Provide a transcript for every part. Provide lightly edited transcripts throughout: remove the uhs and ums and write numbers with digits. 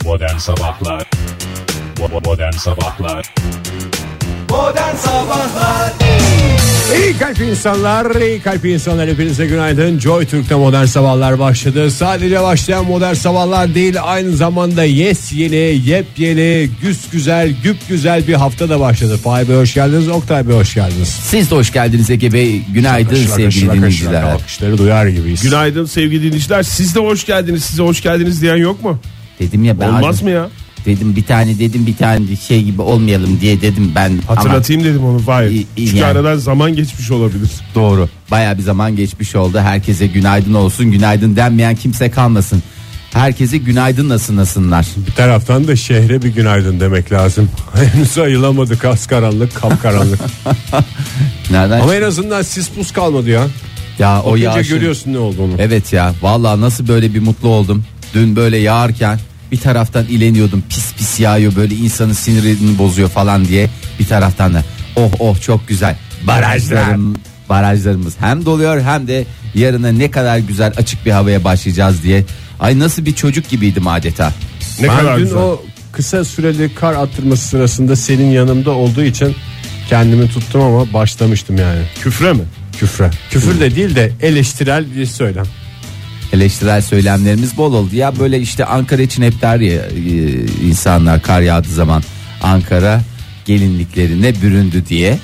Modern Sabahlar. Modern Sabahlar. Modern Sabahlar. İyi kalp insanlar, iyi kalp insanlar, hepinize günaydın. Joy Türk'te Modern Sabahlar başladı. Sadece başlayan Modern Sabahlar değil, aynı zamanda yeni, yepyeni, güzel, güzel bir hafta da başladı. Fahir Bey hoş geldiniz, Oktay Bey hoş geldiniz. Siz de hoş geldiniz Ege Bey. Günaydın sevgili dinleyiciler. Alkışları duyar gibiyiz. Günaydın sevgili dinleyiciler. Siz de hoş geldiniz. Size hoş geldiniz diyen yok mu? Dedim ya ben. Olmaz mı ya? Dedim bir tane şey gibi olmayalım diye dedim ben. Hatırlatayım dedim onu. Hayır. Çünkü yani, aradan zaman geçmiş olabilir. Doğru. Bayağı bir zaman geçmiş oldu. Herkese günaydın olsun. Günaydın denmeyen kimse kalmasın. Herkese günaydın nasıllar. Bir taraftan da şehre bir günaydın demek lazım. Henüz ayılamadık, az karanlık, kapkaranlık. Nereden? Ama en azından sis pus kalmadı ya. Ya o yağışı görüyorsun ne olduğunu. Evet ya. Vallahi nasıl böyle bir mutlu oldum. Dün böyle yağarken bir taraftan ileniyordum, pis yağıyor böyle, insanın sinirini bozuyor falan diye. Bir taraftan da oh çok güzel barajlarımız hem doluyor hem de yarına ne kadar güzel açık bir havaya başlayacağız diye. Ay nasıl bir çocuk gibiydim adeta. Ne ben kadar dün güzel. o kısa süreli kar attırması sırasında senin yanımda olduğu için kendimi tuttum ama başlamıştım yani. Küfre mi? Küfür de değil de eleştirel bir söylem. Eleştirel söylemlerimiz bol oldu. Ya böyle işte Ankara için hep der ya insanlar kar yağdığı zaman Ankara gelinliklerine büründü diye.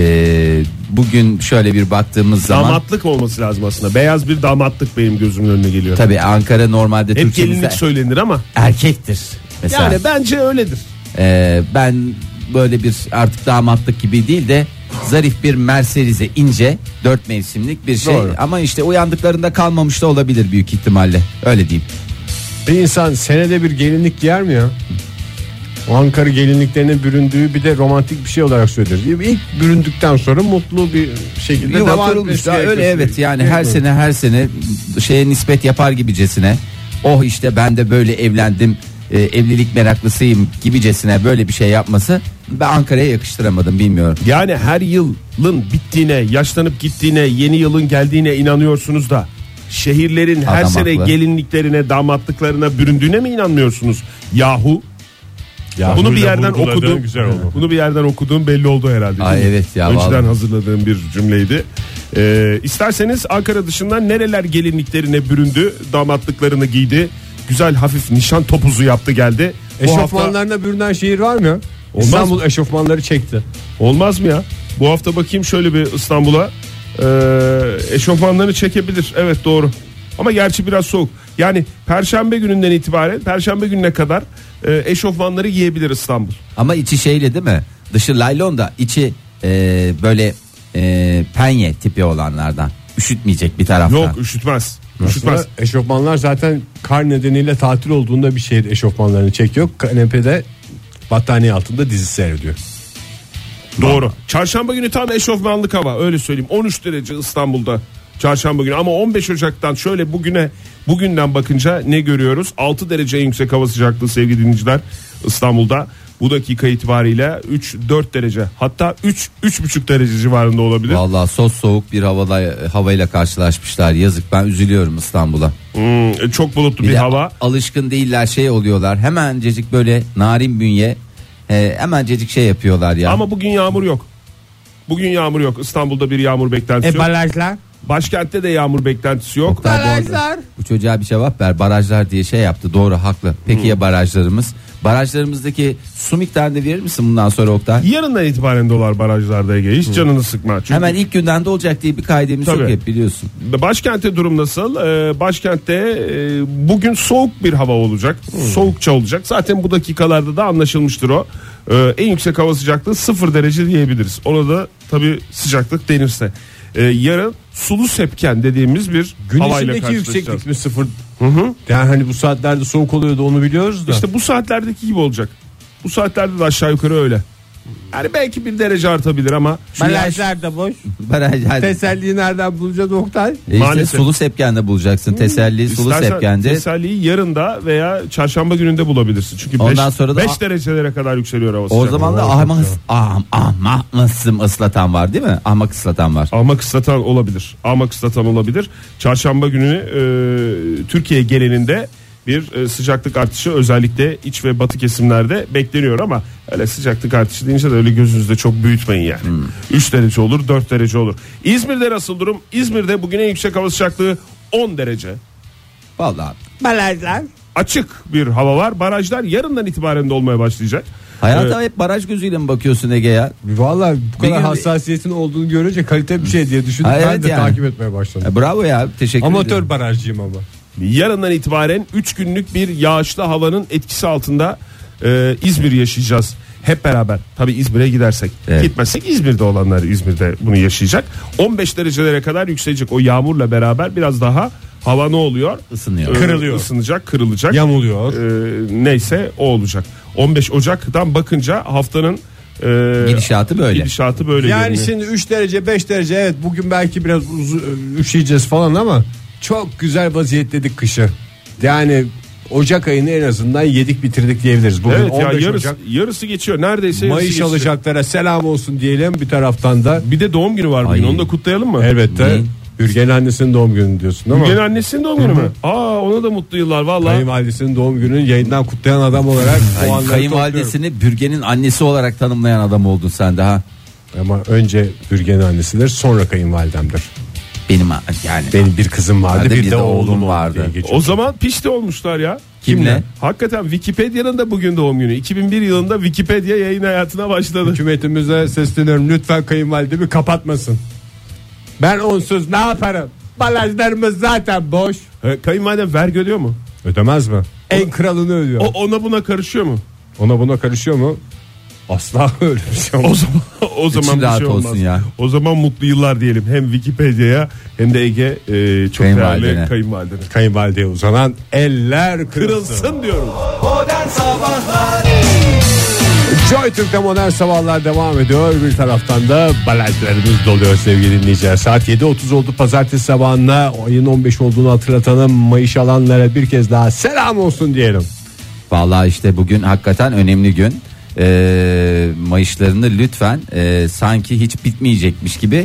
Bugün şöyle bir baktığımız zaman. Damatlık olması lazım aslında. Beyaz bir damatlık benim gözümün önüne geliyor. Tabii Ankara normalde hep Türkçemizde gelinlik söylenir ama. Erkektir. Mesela. Yani bence öyledir. Ben böyle bir artık damatlık gibi değil de zarif bir Mercedes'e ince 4 mevsimlik bir şey. Doğru. Ama işte uyandıklarında kalmamış da olabilir büyük ihtimalle. Öyle diyeyim. Bir insan senede bir gelinlik giyer mi ya? O Ankara gelinliklerine büründüğü bir de romantik bir şey olarak söylenir. İlk büründükten sonra mutlu bir şekilde devam etmesi öyle evet yani her sene şeye nispet yapar gibicesine. Oh işte ben de böyle evlendim. Evlilik meraklısıyım gibicesine böyle bir şey yapması ben Ankara'ya yakıştıramadım, bilmiyorum. Yani her yılın bittiğine, yaşlanıp gittiğine, yeni yılın geldiğine inanıyorsunuz da şehirlerin her sene gelinliklerine, damatlıklarına büründüğüne mi inanmıyorsunuz? Yahu. Bunu bir yerden okudum. Bunu bir yerden okuduğum belli oldu herhalde. Ay evet ya. Önceden vallahi hazırladığım bir cümleydi. İsterseniz Ankara dışından nereler gelinliklerine büründü, damatlıklarını giydi. Güzel hafif nişan topuzu yaptı geldi. Eşofmanlarına bürünen şehir var mı? İstanbul mı? Eşofmanları çekti. Olmaz mı ya? Bu hafta bakayım şöyle bir İstanbul'a. Eşofmanlarını çekebilir. Evet doğru. Ama gerçi biraz soğuk. Yani Perşembe gününden itibaren Perşembe gününe kadar eşofmanları giyebilir İstanbul. Ama içi şeyle değil mi? Dışı laylon da içi böyle penye tipi olanlardan. Üşütmeyecek bir taraftan. Yok üşütmez. Aslında eşofmanlar zaten kar nedeniyle tatil olduğunda bir şehir eşofmanlarını çekiyor. Kanepede battaniye altında dizi seyrediyor. Doğru. Çarşamba günü tam eşofmanlık hava, öyle söyleyeyim. 13 derece İstanbul'da çarşamba günü, ama 15 Ocak'tan şöyle bugünden bakınca ne görüyoruz? 6 derece en yüksek hava sıcaklığı sevgili dinleyiciler İstanbul'da. Bu dakika itibariyle 3-4 derece, hatta 3-3,5 derece civarında olabilir. Vallahi soğuk bir havayla karşılaşmışlar. Yazık, ben üzülüyorum İstanbul'a. Çok bulutlu bir hava. Alışkın değiller, şey oluyorlar. Hemencecik böyle narin bünye, hemencecik şey yapıyorlar ya. Ama bugün yağmur yok. Bugün yağmur yok. İstanbul'da bir yağmur beklentisi yok. Barajlar? Başkentte de yağmur beklentisi yok. Barajlar. Bu çocuğa bir cevap ver. Barajlar diye şey yaptı. Doğru, haklı. Peki ya barajlarımız? Barajlarımızdaki su miktarını verir misin bundan sonra Oktay? Yarından itibaren dolar barajlarda Ege. Hiç canını sıkma. Çünkü hemen ilk günden de olacak diye bir kaidemiz yok hep, biliyorsun. Başkentte durum nasıl? Başkentte bugün soğuk bir hava olacak. Soğukça olacak. Zaten bu dakikalarda da anlaşılmıştır o. En yüksek hava sıcaklığı 0 derece diyebiliriz. Ona da tabii sıcaklık denirse. Yarın sulu sepken dediğimiz bir havayla Güneşindeki karşılaşacağız. yükseklik mi 0? Yani hani bu saatlerde soğuk oluyordu, onu biliyoruz da. İşte bu saatlerdeki gibi olacak. Bu saatlerde de aşağı yukarı öyle. Yani belki 1 derece artabilir ama. Barajlar da boş. Barajlar. Teselliyi nereden bulacağız Oktay? Maalesef. Sulu sepkende bulacaksın. Teselli sulu sepkende. Teselliyi yarın da veya çarşamba gününde bulabilirsin. Çünkü 5 derecelere kadar yükseliyor hava sıcaklığı. O zaman da ahmak ıslatan var değil mi? Ahmak ıslatan var. Ahmak ıslatan olabilir. Çarşamba günü Türkiye genelinde bir sıcaklık artışı özellikle iç ve batı kesimlerde bekleniyor ama öyle sıcaklık artışı deyince de öyle gözünüzde çok büyütmeyin yani. 3 derece olur, 4 derece olur. İzmir'de nasıl durum? İzmir'de bugün en yüksek hava sıcaklığı 10 derece. Vallahi Barajlar. Açık bir hava var. Barajlar yarından itibaren de olmaya başlayacak. hayata hep baraj gözüyle mi bakıyorsun Ege ya? Vallahi bu Bir kadar gün- hassasiyetin olduğunu görünce kalite bir şey diye düşündüm. Ha, Ben evet de yani. takip etmeye başladım. Bravo ya, teşekkür ederim. Amatör barajcıyım ama. Yarından itibaren 3 günlük bir yağışlı havanın etkisi altında İzmir yaşayacağız. Hep beraber. Tabii İzmir'e gidersek. Evet. Gitmezsek İzmir'de olanlar İzmir'de bunu yaşayacak. 15 derecelere kadar yükselecek. O yağmurla beraber biraz daha hava ne oluyor? Isınıyor. Kırılıyor. Isınacak, kırılacak. Yamuluyor. Neyse o olacak. 15 Ocak'tan bakınca haftanın Gidişatı böyle. gidişatı böyle Yani görünüyor. şimdi 3 derece 5 derece evet bugün belki biraz üşüyeceğiz falan ama çok güzel vaziyetledik kışı. Yani Ocak ayını en azından yedik bitirdik diyebiliriz. Bugün Evet ya 15 yarısı, Ocak. yarısı geçiyor. Neredeyse yarısı Mayış geçiyor. alacaklara selam olsun diyelim bir taraftan da. Bir de doğum günü var bugün. Ay. Onu da kutlayalım mı? Elbette Ne? Bürgen'in annesinin doğum günü diyorsun değil mi? Bugün annesinin doğum günü mü? Aa, ona da mutlu yıllar vallahi. Kayınvalidesinin doğum gününü yayından kutlayan adam olarak o anları Kayınvalidesini Bürgen'in annesi olarak tanımlayan adam oldun sen de ha. topluyorum. Ama önce Bürgen'in annesidir sonra kayınvalidemdir. Benim yani. Benim bir kızım vardı Hadi bir de oğlum vardı. vardı. O zaman pişti olmuşlar ya. Kimle? Hakikaten Wikipedia'nın da bugün doğum günü. 2001 yılında Wikipedia yayın hayatına başladı. Hükümetimize sesleniyorum lütfen kayınvalidemi kapatmasın. Ben onsuz ne yaparım? Balajlarımız zaten boş. Kayınvaliden vergi ödüyor mu? Ödemez mi? En kralını ödüyor. O ona buna karışıyor mu? Ona buna karışıyor mu? Asla öyle bir şey O olmaz. zaman o zaman bir rahat şey olmaz. olsun ya. O zaman mutlu yıllar diyelim hem Wikipedia'ya hem de Ege çok Kayınvalidene. değerli kayınvalidene. Kayınvalideye uzanan eller kırılsın. Kırılsın diyorum. Modern Sabahlar Joy Türk'te modern sabahlar devam ediyor. Bir taraftan da balajlarımız doluyor sevgili dinleyiciler. Saat 7.30 oldu pazartesi sabahında. Ayın 15 olduğunu hatırlatalım. Mayış alanlara bir kez daha selam olsun diyelim. Vallahi işte bugün hakikaten önemli gün. Mayışlarını lütfen sanki hiç bitmeyecekmiş gibi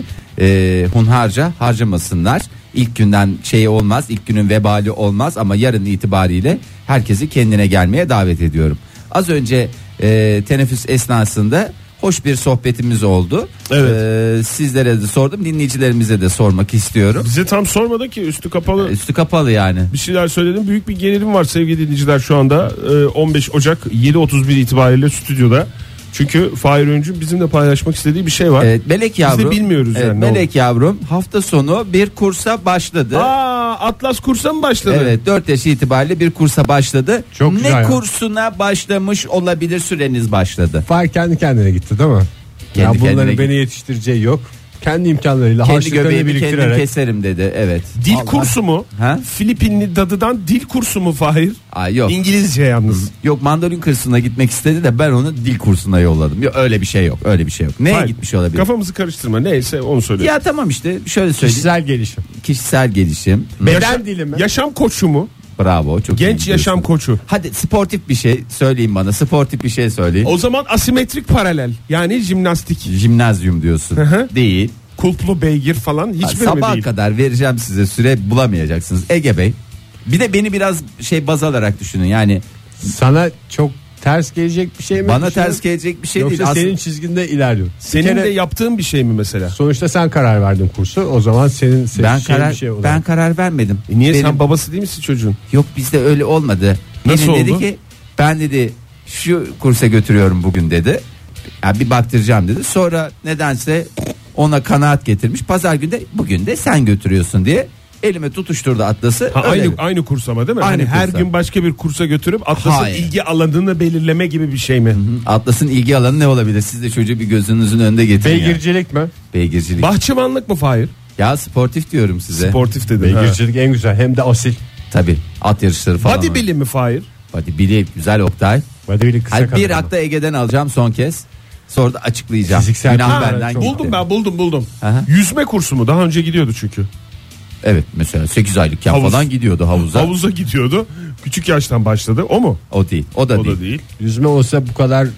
hunharca harcamasınlar. İlk günden şey olmaz, ilk günün vebali olmaz ama yarın itibariyle herkesi kendine gelmeye davet ediyorum. Az önce teneffüs esnasında hoş bir sohbetimiz oldu. Evet. Sizlere de sordum, dinleyicilerimize de sormak istiyorum. Bize tam sormadı ki üstü kapalı. Üstü kapalı yani. Bir şeyler söyledim. Büyük bir gerilim var sevgili dinleyiciler şu anda. 15 Ocak 7.31 itibariyle stüdyoda. Çünkü Fahir Öncü bizimle paylaşmak istediği bir şey var. Evet, Melek yavrum. Biz de bilmiyoruz Evet, yani. ne Melek yavrum hafta sonu bir kursa başladı. Aa, Atlas kursa mı başladı? Evet, 4 yaş itibariyle bir kursa başladı. Çok ne güzel ya. kursuna başlamış olabilir, süreniz başladı. Fahir kendi kendine gitti değil mi? Kendi Bunların kendine beni yetiştireceği yok. Kendi imkanlarıyla Kendi harçlıklarını göbeğimi kendim biriktirerek. keserim dedi. Evet. Dil Allah. kursu mu? Ha? Filipinli dadıdan dil kursu mu Fahir? Ay yok. İngilizce yalnız. Yok, mandolin kursuna gitmek istedi de ben onu dil kursuna yolladım. Yok, öyle bir şey yok. Öyle bir şey yok. Neye Fahir, gitmiş olabilir? Kafamızı karıştırma. Neyse onu söyle. Ya tamam işte şöyle söyleyeyim. Kişisel gelişim. Kişisel gelişim. Beden dilimi. Yaşam koçu mu? Bravo. Çok iyi Genç biliyorsun. yaşam koçu. Hadi sportif bir şey söyleyin bana. Sportif bir şey söyleyin. O zaman asimetrik paralel. Yani jimnastik. Jimnazyum diyorsun. hı. Değil. Kulplu beygir falan hiçbiri mi Sabaha değil? kadar vereceğim size, süre bulamayacaksınız. Ege Bey. Bir de beni biraz baz alarak düşünün. Yani Sana çok ters gelecek bir şey mi? bana düşünüyorsun? ters gelecek bir şey Yoksa değil. senin çizginde ilerliyor. Senin de yaptığın bir şey mi mesela? Sonuçta sen karar verdin kursu. O zaman senin ben seçeceğin karar bir şey olur. ben karar vermedim. Niye Benim- sen babası değil misin çocuğun? Yok, bizde öyle olmadı. Nasıl Pelin dedi oldu? ki ben dedi şu kursa götürüyorum bugün dedi. Ya bir baktıracağım dedi. Sonra nedense ona kanaat getirmiş. Pazar günde bugün de sen götürüyorsun diye elime tutuşturdu Atlas'ı. Ha, Öyle. aynı kurs ama değil mi? Aynı Hani her kursa. gün başka bir kursa götürüp Atlas'ın Hayır. ilgi alanını belirleme gibi bir şey mi? Atlas'ın ilgi alanı ne olabilir? Siz de çocuğu bir gözünüzün önünde getirin. Beygircilik mi? Beygircilik. Bahçıvanlık mı Fahir? Ya sportif diyorum size. Sportif dedin. ha. Beygircilik en güzel hem de asil. Tabii, at yarışları falan. Body bilim mi Fahir? Hadi biri güzel Oktay. Bodybuilding kısa Hadi bir kadar ama. hakta Ege'den alacağım son kez. Sonra da açıklayacağım. Fiziksel Günah Ha, benden çok gitti. Buldum. Aha. Yüzme kursu mu? Daha önce gidiyordu çünkü. Evet, mesela 8 aylıkken Havuz. falan gidiyordu havuza. Havuza gidiyordu. Küçük yaştan başladı. O mu? O değil. O da O değil. da değil. Yüzme olsa bu kadar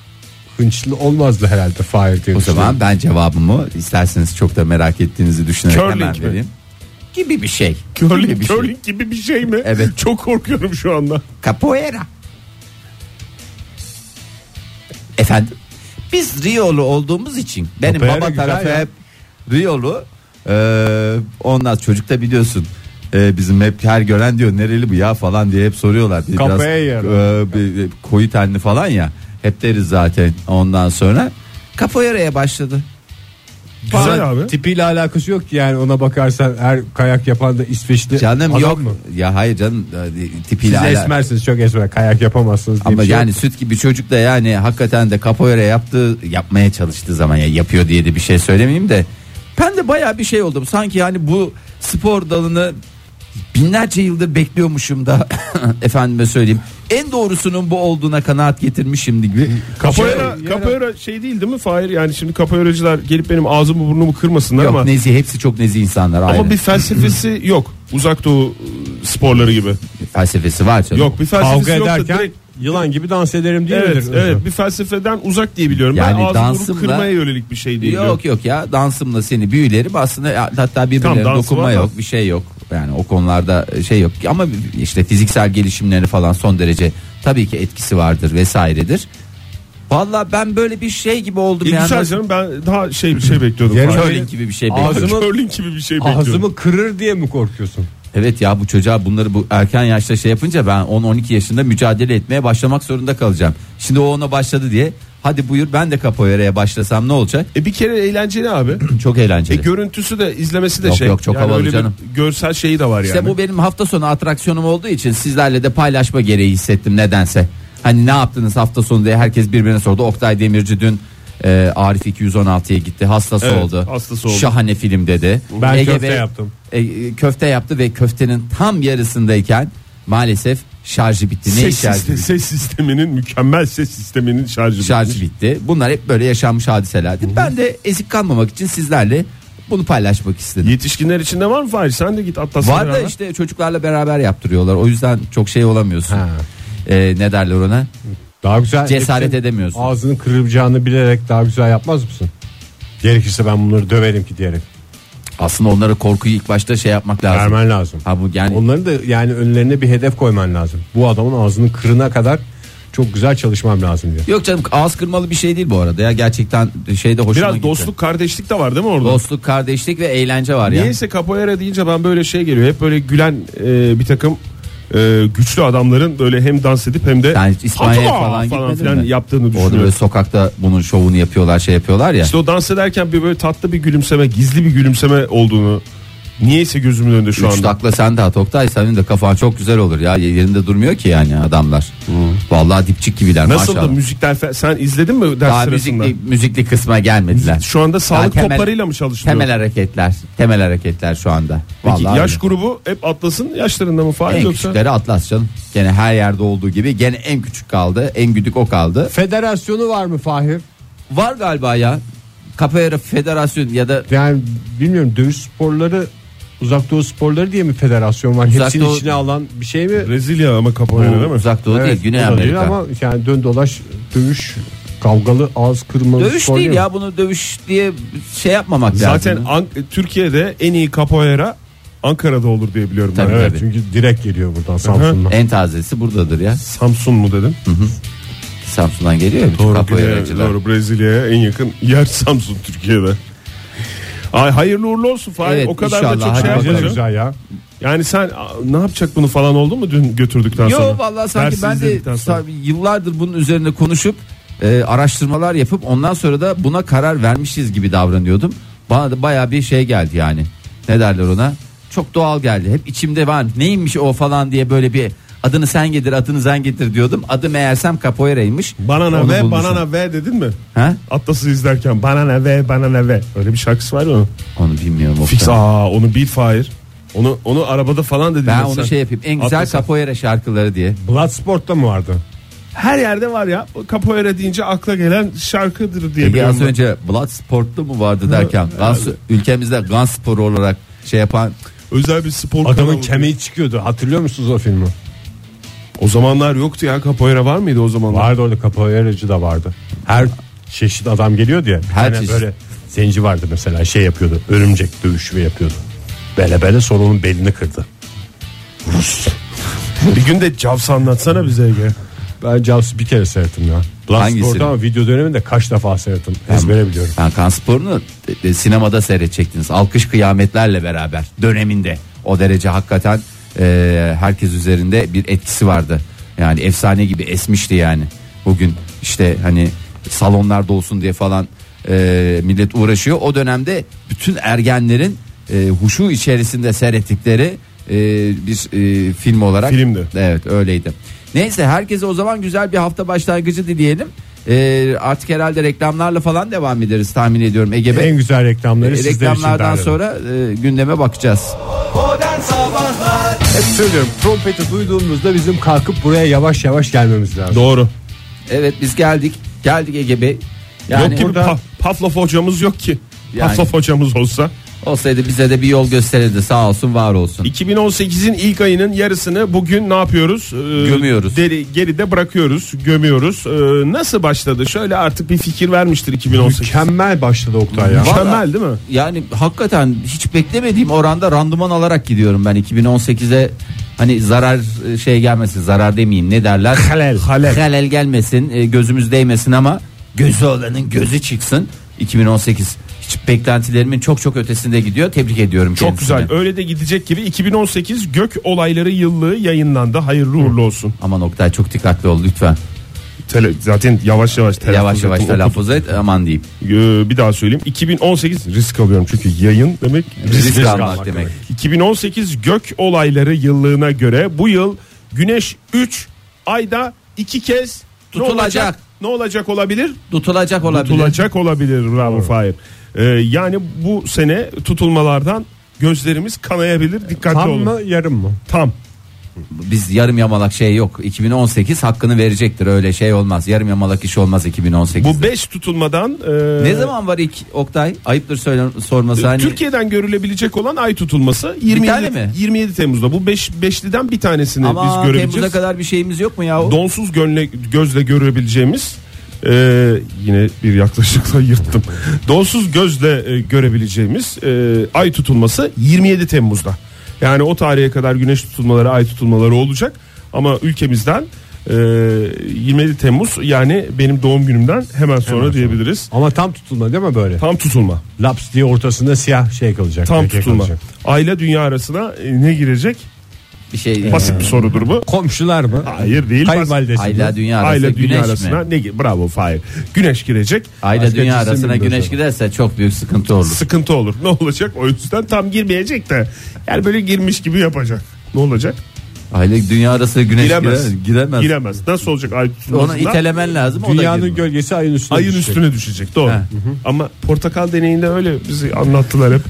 hınçlı olmazdı herhalde Fahir diye O düşünüyorum. zaman ben cevabımı isterseniz çok da merak ettiğinizi düşünerek Curling hemen mi? vereyim. gibi bir şey. Curling gibi bir şey mi? Evet. Çok korkuyorum şu anda. Capoeira. Efendim? Biz Riolu olduğumuz için benim Capoeira baba güzel tarafı ya. hep Riolu. Ondan çocukta biliyorsun. Bizim hep her gören diyor nereli bu ya falan diye hep soruyorlar. Biraz Capoeira. bir koyu tenli falan ya. Hep deriz zaten ondan sonra. Capoeira'ya başladı. Güzel abi. Tipiyle alakası yok ki yani, ona bakarsan her kayak yapan da İsveçli Canım adam yok. mı? Ya hayır canım tipiyle Siz esmersiniz, çok esmer, kayak yapamazsınız diye ama bir şey yani yok. süt gibi çocuk da yani hakikaten de capoeira yapmaya çalıştığı zaman ya yapıyor diye de bir şey söylemeyeyim de ben de bayağı bir şey oldum. Sanki yani bu spor dalını binlerce yıldır bekliyormuşum da efendime söyleyeyim. En doğrusunun bu olduğuna kanaat getirmişim gibi. Capoeira şey değil mi Fahir? Yani şimdi capoeiracılar gelip benim ağzımı burnumu kırmasınlar Yok ama nezih, hepsi çok nezih insanlar. ama Ayrı. bir felsefesi yok. Uzak Doğu sporları gibi. Felsefesi var canım. Yok, bir felsefesi Kavga yok da ederken direkt. yılan gibi dans ederim diye Evet, midir? evet, bir felsefeden uzak diye biliyorum. Yani Ben ağzımı dansımla- vurup kırmaya yönelik bir şey değil. Yok ya, dansımla seni büyülerim aslında, hatta birbirlerine Tam dansı dokunma var da. yok, bir şey yok. Yani o konularda şey yok ama işte fiziksel gelişimleri falan son derece tabii ki etkisi vardır vesairedir. Vallahi ben böyle bir şey gibi oldum yani. Güzel canım, ben daha bir şey bekliyordum. Yarın Fahir. Curling gibi bir şey bekliyorum. Ağzımı- Curling gibi bir şey bekliyordum. Ağzımı kırır diye mi korkuyorsun? Evet ya, bu çocuğa bunları bu erken yaşta şey yapınca ben 10-12 yaşında mücadele etmeye başlamak zorunda kalacağım. Şimdi o ona başladı diye hadi buyur ben de capoeira'ya başlasam ne olacak? Bir kere eğlenceli abi. Çok eğlenceli. Görüntüsü de izlemesi de Yok, şey. yok, çok havalı öyle bir canım. görsel şeyi de var İşte yani. bu benim hafta sonu atraksiyonum olduğu için sizlerle de paylaşma gereği hissettim nedense. Hani ne yaptınız hafta sonu diye herkes birbirine sordu. Oktay Demirci dün Arif 216'ya gitti, hastası Evet, oldu. hastası oldu. Şahane film dedi. Ben köfte yaptım. Köfte yaptı ve köftenin tam yarısındayken maalesef şarjı bitti. Ses sisteminin, mükemmel ses sisteminin şarjı Şarjı bitti. Bunlar hep böyle yaşanmış hadiselerdi. Ben de ezik kalmamak için sizlerle bunu paylaşmak istedim. Yetişkinler içinde var mı Fahir? Sen de git Atlas'la Var da beraber. işte çocuklarla beraber yaptırıyorlar. O yüzden çok şey olamıyorsun. Ha. Ne derler ona? Daha güzel. Cesaret hepsinin edemiyorsun. Ağzını kırılacağını bilerek daha güzel yapmaz mısın? Gerekirse ben bunları döverim ki diyerek. Aslında onlara korkuyu ilk başta şey yapmak lazım. Vermen lazım. Ha bu yani Onların da yani önlerine bir hedef koyman lazım. Bu adamın ağzını kırına kadar çok güzel çalışmam lazım diyor. yok canım, ağız kırmalı bir şey değil bu arada ya, gerçekten şeyde hoşuma Biraz gitti. dostluk, kardeşlik de var değil mi orada? Dostluk, kardeşlik ve eğlence var ya. Niyeyse capoeira deyince ben böyle şey geliyor. Hep böyle gülen bir takım güçlü adamların böyle hem dans edip hem de Sen hiç İspanya'ya "Hatula!" falan gitmedin filan mi? yaptığını Orada düşünüyorum. böyle sokakta bunun şovunu yapıyorlar, şey yapıyorlar ya. İşte o dans ederken bir böyle tatlı bir gülümseme, gizli bir gülümseme olduğunu niyeyse gözümün önünde şu Üç anda. takla sen de at Oktay, senin de kafan çok güzel olur ya, yerinde durmuyor ki yani adamlar. Vallahi dipçik gibiler Nasıl maşallah. da müzikler sen izledin mi ders Daha sırasında? müzikli kısma gelmediler. Şu anda sağlık Daha toplarıyla mı çalışılıyor? Temel hareketler şu anda. Peki Vallahi yaş öyle. grubu hep Atlas'ın yaşlarında mı Fahir En yoksa? küçükleri Atlas canım. Gene her yerde olduğu gibi gene en küçük kaldı, en güdük o kaldı. Federasyonu var mı Fahir? Var galiba ya. Capoeira Federasyon ya da Yani bilmiyorum, dövüş sporları, Uzak Doğu sporları diye mi federasyon var? Uzak Hepsini Doğu- içine alan bir şey mi? Brezilya ama capoeira değil mi? Uzak Doğu değil, Güney o da Amerika. değil ama yani dön dolaş dövüş, kavgalı, ağız kırmalı Dövüş spor değil mi? ya, bunu dövüş diye şey yapmamak Zaten lazım. Türkiye'de en iyi capoeira Ankara'da olur diye biliyorum ben. Tabii. Evet, çünkü direkt geliyor buradan Samsun'dan. En tazesi buradadır ya. Samsun mu dedim? Samsun'dan geliyor ya bütün Doğru, capoeiracılar. doğru, Brezilya'ya en yakın yer Samsun Türkiye'de. Ay hayırlı uğurlu olsun Fahir. Evet, O kadar da inşallah. çok Hadi şey Bence de yapacağım. güzel ya. Yani sen ne yapacak bunu falan oldu mu dün götürdükten sonra? Yo vallahi sanki Dersi ben de izledikten sonra. yıllardır bunun üzerine konuşup araştırmalar yapıp ondan sonra da buna karar vermişiz gibi davranıyordum. Bana da baya bir şey geldi yani. Ne derler ona? Çok doğal geldi. Hep içimde var. Neymiş o falan diye böyle bir adını sen getir, adını sen getir diyordum. Adı meğersem capoeira'ymış. Banana Onu ve bulmuşum. banana ve dedin mi? Ha? Atlas'ı izlerken banana ve öyle bir şarkısı var ya onun. Onu bilmiyorum. Fix Oktay. onu bil Fahir. Onu arabada falan dedin. Ben onu şey yapayım. En güzel Atlas'a. capoeira şarkıları diye. Bloodsport'ta mı vardı? Her yerde var ya. Capoeira deyince akla gelen şarkıdır diye Peki biliyorum az ben. önce Bloodsport'ta mı vardı derken ülkemizde gun sporu olarak şey yapan Özel bir spor Adamın kanalı. kemiği çıkıyordu. Hatırlıyor musunuz o filmi? O zamanlar yoktu ya, capoeira var mıydı o zamanlar? Vardı, orada capoeiracı da vardı. Her çeşit adam geliyordu ya. Her Hani çeşit. böyle zenci vardı mesela, şey yapıyordu. Örümcek dövüşü yapıyordu. Bele sonra onun belini kırdı. Bir gün de Jaws'ı anlatsana bize Ege. Ben Jaws'ı bir kere seyrettim ya. Bloodsport'u ama video döneminde kaç defa seyrettim. Ezbere biliyorum. Ben Kan Sporu'nu sinemada seyredecektiniz. Alkış kıyametlerle beraber döneminde. O derece hakikaten herkes üzerinde bir etkisi vardı. Yani efsane gibi esmişti yani. Bugün işte hani salonlar dolsun diye falan millet uğraşıyor. O dönemde bütün ergenlerin huşu içerisinde seyrettikleri bir film olarak. Filmdi. Evet, öyleydi. Neyse, herkese o zaman güzel bir hafta başlangıcı dileyelim. Artık herhalde reklamlarla falan devam ederiz tahmin ediyorum Ege Bey. En güzel reklamları sizler için reklamlardan derledim. sonra gündeme bakacağız. Modern Sabahlar Hep söylüyorum, trompeti duyduğumuzda bizim kalkıp buraya yavaş yavaş gelmemiz lazım. Doğru. Evet, biz geldik Ege Bey. Yani Yok ki burada- Pavlov hocamız yok ki. Yani- Pavlov hocamız olsa. olsaydı bize de bir yol gösterirdi, sağ olsun var olsun. 2018'in ilk ayının yarısını bugün ne yapıyoruz? Gömüyoruz. Geride bırakıyoruz, gömüyoruz. Nasıl başladı? Şöyle artık bir fikir vermiştir 2018. Mükemmel başladı Oktay ya. Mükemmel değil mi? Yani hakikaten hiç beklemediğim oranda randıman alarak gidiyorum ben 2018'e. Hani zarar gelmesin, zarar demeyeyim, ne derler? Halel gelmesin, gözümüz değmesin ama gözü olanın gözü çıksın. 2018 hiç beklentilerimin çok ötesinde gidiyor. Tebrik ediyorum Çok kendisine. güzel. Öyle de gidecek gibi. 2018 Gök Olayları Yıllığı yayınlandı. Hayırlı uğurlu olsun. Aman Oktay, çok dikkatli ol lütfen. Zaten yavaş yavaş Yavaş telaffuz et, aman diyeyim. Bir daha söyleyeyim. 2018 risk alıyorum çünkü yayın demek Risk almak demek. 2018 Gök Olayları Yıllığına göre bu yıl Güneş 3 ayda 2 kez Tutulacak. Ne olacak olabilir? Tutulacak olabilir. Tutulacak olabilir. Bravo Fahir. Yani bu sene tutulmalardan gözlerimiz kanayabilir. Dikkatli Tam olun. mı yarım mı? Tam. Biz yarım yamalak yok. 2018 hakkını verecektir, öyle olmaz. Yarım yamalak iş olmaz 2018. Bu 5 tutulmadan Ne zaman var ilk Oktay? Ayıptır sorması. Hani Türkiye'den görülebilecek olan ay tutulması tane mi? 27 Temmuz'da. Bu 5'liden bir tanesini ama biz görebileceğiz. Temmuz'a kadar bir şeyimiz yok mu ya? Donsuz gözle görebileceğimiz yine bir yaklaşıkla yırttım. Donsuz gözle görebileceğimiz ay tutulması 27 Temmuz'da. Yani o tarihe kadar güneş tutulmaları, ay tutulmaları olacak. Ama ülkemizden 27 Temmuz, yani benim doğum günümden hemen sonra diyebiliriz. Ama tam tutulma değil mi böyle? Tam tutulma. Laps diye ortasında siyah kalacak. Tam leke tutulma. kalacak. Ayla dünya arasına ne girecek? Bir şey. Basit bir sorudur bu. Komşular mı? Hayır değil. Kayınvalidesi mi? Ayla dünya arası Ayla dünya güneş arasına mi? bravo Fahir. Güneş girecek. Ayla Başka dünya cisim arasına bilmiyoruz güneş ama. giderse çok büyük sıkıntı olur. Sıkıntı olur. Ne olacak? O yüzden tam girmeyecek de. Yani böyle girmiş gibi yapacak. Ne olacak? Ayla dünya arasına güneş Giremez. giremez. Giremez. Nasıl olacak ay Onu tutulmasında? itelemen lazım. o da Dünyanın girmez. gölgesi ayın üstüne Ayın düşecek. üstüne düşecek. Doğru. He. Ama portakal deneyinde öyle bizi anlattılar hep.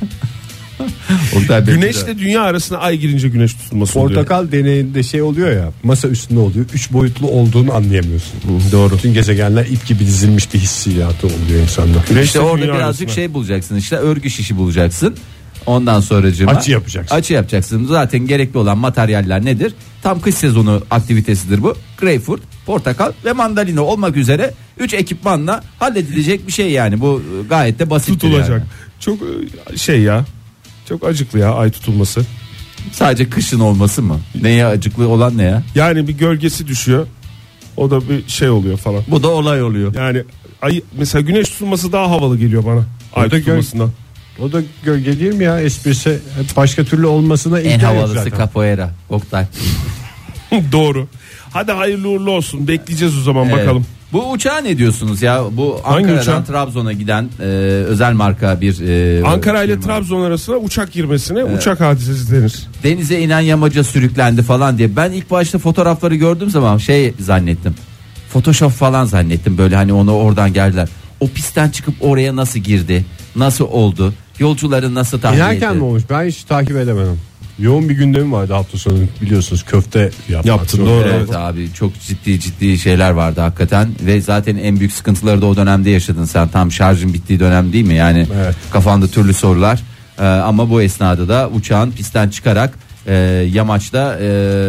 Oktay, Güneşle dünya arasına ay girince güneş tutulması oluyor. Portakal deneyinde oluyor ya, masa üstünde oluyor. 3 boyutlu olduğunu anlayamıyorsun. Doğru. Bütün gezegenler ip gibi dizilmiş bir hissiyatı oluyor insanda. Güneşle İşte orada dünya birazcık arasına. bulacaksın, işte örgü şişi bulacaksın. Ondan sonracığıma Açı yapacaksın. Açı yapacaksın. Zaten gerekli olan materyaller nedir? Tam kış sezonu aktivitesidir bu. Greyfurt, portakal ve mandalina olmak üzere 3 ekipmanla halledilecek bir şey yani. Bu gayet de basit. Tutulacak. Yani. Çok ya. Çok acıklı ya ay tutulması. Sadece kışın olması mı? Neye acıklı olan ne ya? Yani bir gölgesi düşüyor. O da bir şey oluyor falan. Bu da olay oluyor. Yani ay mesela güneş tutulması daha havalı geliyor bana. Ay O da tutulmasından. O da gölge değil mi ya? Esprisi hep başka türlü olmasına En imkan yok havalısı zaten. capoeira. Oktay. Doğru. Hadi hayırlı uğurlu olsun. Bekleyeceğiz o zaman Evet. bakalım. Bu uçağa ne diyorsunuz ya? Bu Hangi Ankara'dan uçağa? Trabzon'a giden özel marka bir Ankara ile firma. Trabzon arasına uçak girmesine uçak hadisesi denir. Denize inen yamaca sürüklendi falan diye. Ben ilk başta fotoğrafları gördüğüm zaman zannettim. Photoshop falan zannettim, böyle hani onu oradan geldiler. O pistten çıkıp oraya nasıl girdi? Nasıl oldu? Yolcuları nasıl tahmin etti? İnerken mi olmuş? Ben hiç takip edemedim. Yoğun bir gündemim vardı hafta sonu, biliyorsunuz, köfte Yaptın, Çok- doğru. Evet abi, çok ciddi şeyler vardı hakikaten ve zaten en büyük sıkıntıları da o dönemde yaşadın sen. Tam şarjın bittiği dönem değil mi? Yani Evet. kafanda türlü sorular. Ama bu esnada da uçağın pistten çıkarak yamaçta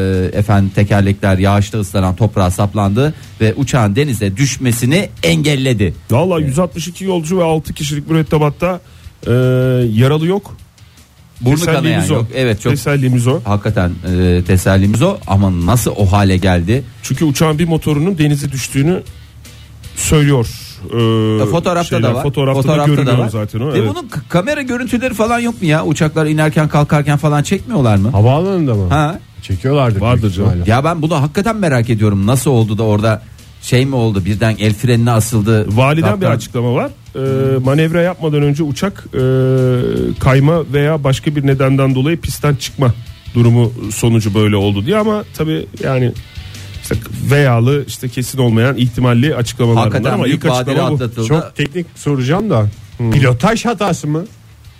tekerlekler yağışta ıslanan toprağa saplandı ve uçağın denize düşmesini engelledi. Vallahi 162 yolcu ve 6 kişilik mürettebatta yaralı yok. Burnu kanayan yok. Evet, çok tesellimiz o. Hakikaten tesellimiz o ama nasıl o hale geldi? Çünkü uçağın bir motorunun denize düştüğünü söylüyor. Fotoğrafta da var. Fotoğrafta görünüyor var. Zaten o. Ve bunun kamera görüntüleri falan yok mu ya? Uçaklar inerken kalkarken falan çekmiyorlar mı? Havaalanında mı? Ha. Çekiyorlardı. Vardır canım. Ya ben bunu hakikaten merak ediyorum. Nasıl oldu da orada şey mi oldu, birden el frenine asıldı? Validen bir açıklama var. Manevra yapmadan önce uçak kayma veya başka bir nedenden dolayı pistten çıkma durumu sonucu böyle oldu diye, ama tabii yani işte veyalı, işte kesin olmayan ihtimalli açıklamalar hakikaten bunlar, ama ilk açıklama bu. atlatıldı. Çok teknik soracağım da. Pilotaj hatası mı?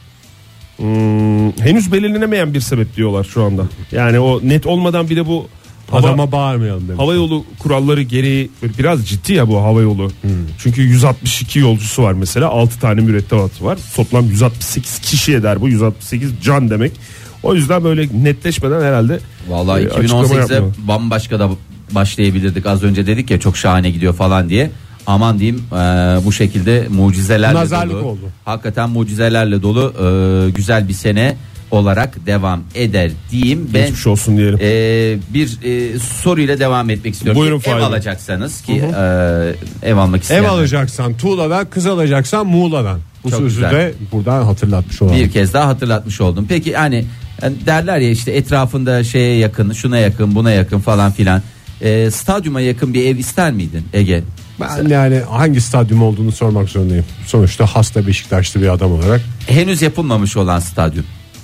Henüz belirlenemeyen bir sebep diyorlar şu anda. Yani o net olmadan bile bu Adama bağırmayalım demiş. havayolu kuralları gereği biraz ciddi ya bu havayolu. Çünkü 162 yolcusu var mesela, 6 tane mürettebatı var. Toplam 168 kişi eder bu, 168 can demek. O yüzden böyle netleşmeden herhalde Vallahi açıklama 2018'e yapmıyor. bambaşka da başlayabilirdik. Az önce dedik ya çok şahane gidiyor falan diye. Aman diyeyim, bu şekilde mucizelerle Nazarlık dolu. oldu. Hakikaten mucizelerle dolu güzel bir sene olarak devam eder diyeyim. Ben Geçmiş olsun diyelim. bir soruyla devam etmek istiyorum. Buyurun Ev Fahir. alacaksanız ki ev almak isteyenler. Ev alacaksan Tuğla'dan, kız alacaksan Muğla'dan. Bu Çok sözü güzel. de buradan hatırlatmış olalım. Bir kez daha hatırlatmış oldum. Peki hani derler ya işte etrafında şeye yakın, şuna yakın, buna yakın falan filan. Stadyuma yakın bir ev ister miydin Ege? Ben yani hangi stadyum olduğunu sormak zorundayım. Sonuçta hasta Beşiktaşlı bir adam olarak. Henüz yapılmamış olan stadyum.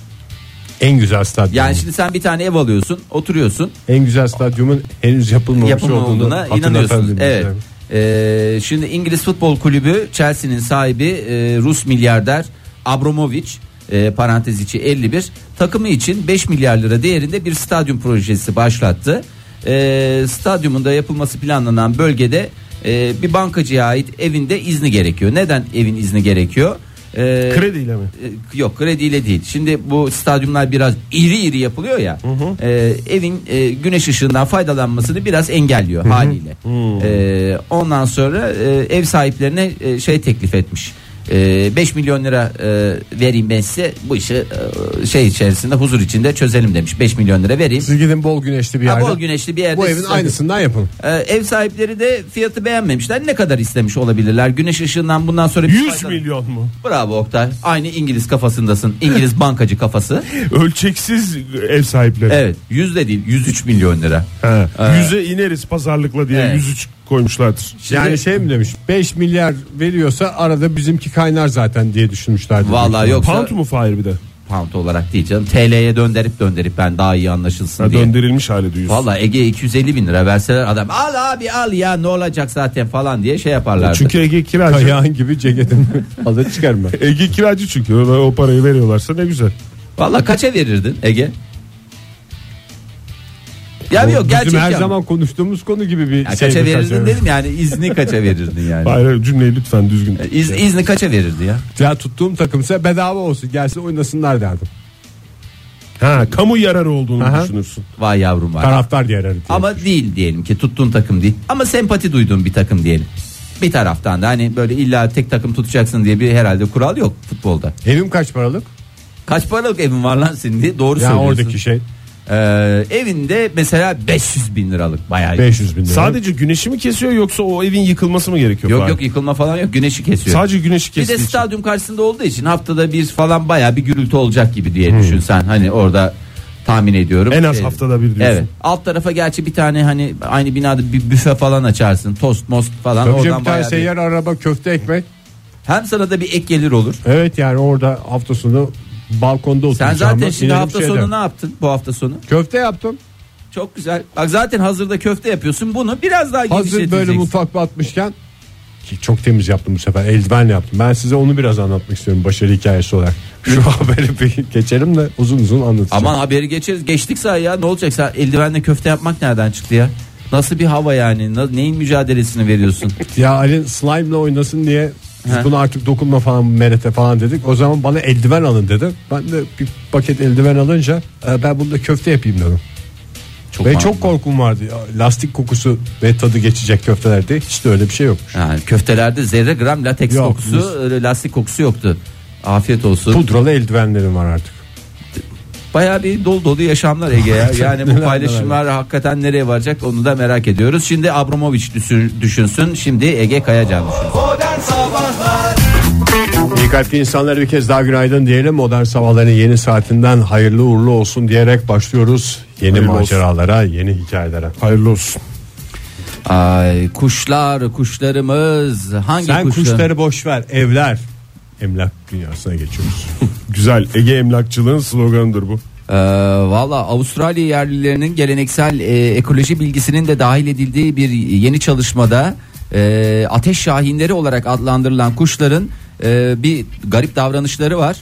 En güzel stadyum. Yani şimdi sen bir tane ev alıyorsun, oturuyorsun. En güzel stadyumun henüz yapılmamış olduğunu Yapılmadığına inanıyorsunuz. hatırlatalım. Evet. Şimdi İngiliz Futbol Kulübü Chelsea'nin sahibi Rus milyarder Abramovich parantez içi 51 takımı için 5 milyar lira değerinde bir stadyum projesi başlattı. Stadyumun da yapılması planlanan bölgede bir bankacıya ait evinde izni gerekiyor. Neden evin izni gerekiyor? Krediyle mi? Yok, krediyle değil. Şimdi bu stadyumlar biraz iri yapılıyor ya. Evin güneş ışığından faydalanmasını biraz engelliyor haliyle. Ondan sonra ev sahiplerine şey teklif etmiş. 5 milyon lira vereyim ben size, bu işi şey içerisinde huzur içinde çözelim demiş. 5 milyon lira vereyim. Siz gidin bol güneşli bir yerde. Bol güneşli bir yerde. Bu evin aynısından yapın. Ev sahipleri de fiyatı beğenmemişler. Ne kadar istemiş olabilirler? Güneş ışığından bundan sonra 100 milyon mu? Bravo Oktay. Aynı İngiliz kafasındasın. İngiliz bankacı kafası. Ölçeksiz ev sahipleri. Evet. 100 de değil, 103 milyon lira. 100'e ineriz pazarlıkla diye Evet. 103 koymuşlardır. Yani şey mi demiş, 5 milyar veriyorsa arada bizimki kaynar zaten diye düşünmüşlerdi. Vallahi yoksa Pound mu Fahir bir de? pound olarak değil canım. TL'ye döndürüp ben daha iyi anlaşılsın diye. Döndürülmüş hali duyuyorsun. Vallahi Ege 250 bin lira verseler adam al abi al ya ne olacak zaten falan diye şey yaparlardı. Çünkü Ege kiracı. Kayağın gibi ceketimi alır çıkarma. Ege kiracı çünkü o parayı veriyorlarsa ne güzel. Vallahi kaça verirdin Ege? Ya yok Bizim gerçekten. her zaman konuştuğumuz konu gibi bir Ya şey. kaça verirdin kaçırıyorum. dedim yani izni kaça verirdin yani? Hayır, cümleyi lütfen düzgün. İzni kaça verirdi ya? Ya tuttuğum takımsa bedava olsun, gelsin oynasınlar derdim. Kamu yararı olduğunu Aha. düşünürsün. Vay yavrum var. Taraftar diye ararım. Ama değil diyelim ki tuttuğun takım değil. Ama sempati duyduğun bir takım diyelim. Bir taraftan da hani böyle illa tek takım tutacaksın diye bir herhalde kural yok futbolda. Evim kaç paralık? Kaç paralık evin var lan senin diye doğru Yani söylüyorsun. oradaki şey Evinde mesela 500 bin liralık bayağı. 500 bin lira. Sadece güneşi mi kesiyor yoksa o evin yıkılması mı gerekiyor? Yok Fahir? yok yıkılma falan yok, güneşi kesiyor. Sadece güneşi Bir de kestiği için. stadyum karşısında olduğu için haftada bir falan bayağı bir gürültü olacak gibi diye düşün sen, hani orada tahmin ediyorum. En az haftada bir diyorsun. Evet. Alt tarafa gerçi bir tane hani aynı binada bir büfe falan açarsın. Tost most falan. Tabii Oradan canım, bir tane bayağı seyyar araba, köfte ekmek. hem sana da bir ek gelir olur. Evet, yani orada hafta sonu balkonda Sen oturacağım. zaten şimdi hafta sonu ne yaptın bu hafta sonu? Köfte yaptım. Çok güzel. Bak zaten hazırda köfte yapıyorsun. Bunu biraz daha Hazır genişleteceksin. böyle mutfak batmışken, ki çok temiz yaptım bu sefer, eldivenle yaptım. Ben size onu biraz anlatmak istiyorum başarı hikayesi olarak. Şu haberi bir geçelim de uzun uzun anlatacağım. Aman haberi geçeriz. Geçtik say ya. Ne olacak? Sen eldivenle köfte yapmak nereden çıktı ya? Nasıl bir hava yani? Neyin mücadelesini veriyorsun? Ya Ali slime'la oynasın diye biz He. buna artık dokunma falan, merete falan dedik. O zaman bana eldiven alın dedi. Ben de bir paket eldiven alınca ben bunda köfte yapayım dedim. Ve mantıklı. çok korkum vardı. Ya, lastik kokusu ve tadı geçecek köftelerde hiç de öyle bir şey yokmuş. Yani köftelerde zerre gram lateks Yok, kokusu, lastik kokusu yoktu. Afiyet olsun. Pudralı eldivenlerim var artık. Bayağı bir dolu yaşamlar Ege ya. Yani bu paylaşımlar hakikaten nereye varacak onu da merak ediyoruz. Şimdi Abramovich düşünsün. Şimdi Ege Kayacan düşünsün. Modern Sabahlar. İyi kalpli insanlara bir kez daha günaydın diyelim. Modern Sabahların yeni saatinden hayırlı uğurlu olsun diyerek başlıyoruz. Yeni Hayırlı maceralara, yeni hikayelere. Hayırlı olsun. Ay kuşlarımız hangi Sen kuşlar? kuşları boş ver, evler. Emlak dünyasına geçiyoruz. Güzel, Ege emlakçılığın sloganıdır bu. Valla Avustralya yerlilerinin geleneksel ekoloji bilgisinin de dahil edildiği bir yeni çalışmada ateş şahinleri olarak adlandırılan kuşların bir garip davranışları var.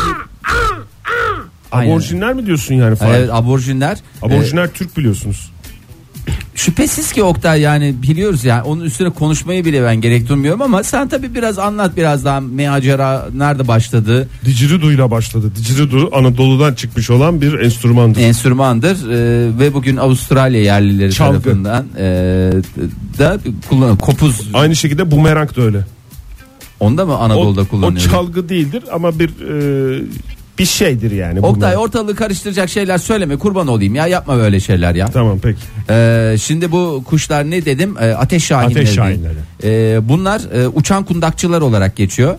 Aborjinler mi diyorsun yani? Evet, aborjinler. Aborjinler Türk biliyorsunuz. Şüphesiz ki Oktay, yani biliyoruz yani, onun üstüne konuşmayı bile ben gerek duymuyorum ama sen tabii biraz anlat, biraz daha macera nerede başladı? Didgeridoo'yla başladı. Didgeridoo Anadolu'dan çıkmış olan bir enstrümandır. Ve bugün Avustralya yerlileri tarafından da kullanılıyor. Kopuz. Aynı şekilde bumerang da öyle. Onda mı Anadolu'da kullanılıyor? O çalgı değildir ama bir şeydir yani. Oktay, ortalığı karıştıracak şeyler söyleme, kurban olayım ya, yapma böyle şeyler ya. Tamam peki. Şimdi bu kuşlar ne dedim? Ateş şahinleri. Ateş şahinleri. Bunlar uçan kundakçılar olarak geçiyor.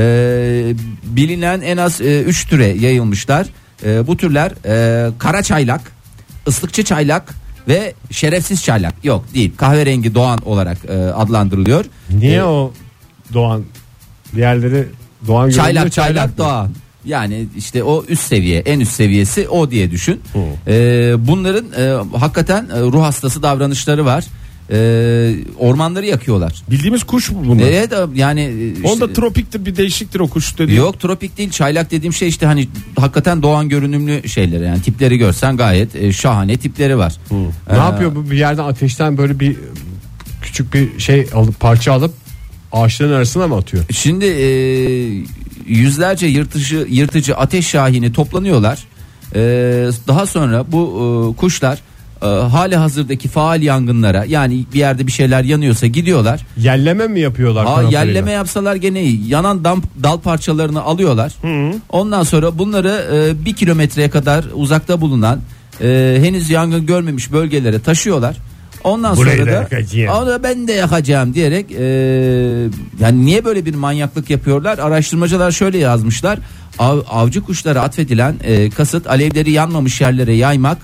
Bilinen en az 3 türe yayılmışlar. Bu türler kara çaylak, ıslıkçı çaylak ve şerefsiz çaylak. Yok değil, kahverengi doğan olarak adlandırılıyor. Niye o doğan diğerleri doğan çaylak doğan. Yani işte o üst seviye, en üst seviyesi o diye düşün. Bunların hakikaten ruh hastası davranışları var. Ormanları yakıyorlar. Bildiğimiz kuş mu bunlar? Evet yani. Onda tropiktir, bir değişiktir o kuş dediğin. Yok, tropik değil, çaylak dediğim şey işte hani hakikaten doğan görünümlü şeyler, yani tipleri görsen gayet şahane tipleri var. Ne yapıyor bu, bir yerden ateşten böyle bir küçük bir şey alıp, parça alıp ağaçların arasına mı atıyor? Şimdi yüzlerce yırtıcı ateş şahini toplanıyorlar. Daha sonra bu kuşlar hali hazırdaki faal yangınlara, yani bir yerde bir şeyler yanıyorsa gidiyorlar. Yelleme mi yapıyorlar? Yelleme yapsalar gene iyi. Yanan dal parçalarını alıyorlar. Ondan sonra bunları 1 kilometreye kadar uzakta bulunan henüz yangın görmemiş bölgelere taşıyorlar. Ondan Burayı sonra da onu ben de yakacağım diyerek yani niye böyle bir manyaklık yapıyorlar? Araştırmacılar şöyle yazmışlar. Avcı kuşlara atfedilen kasıt alevleri yanmamış yerlere yaymak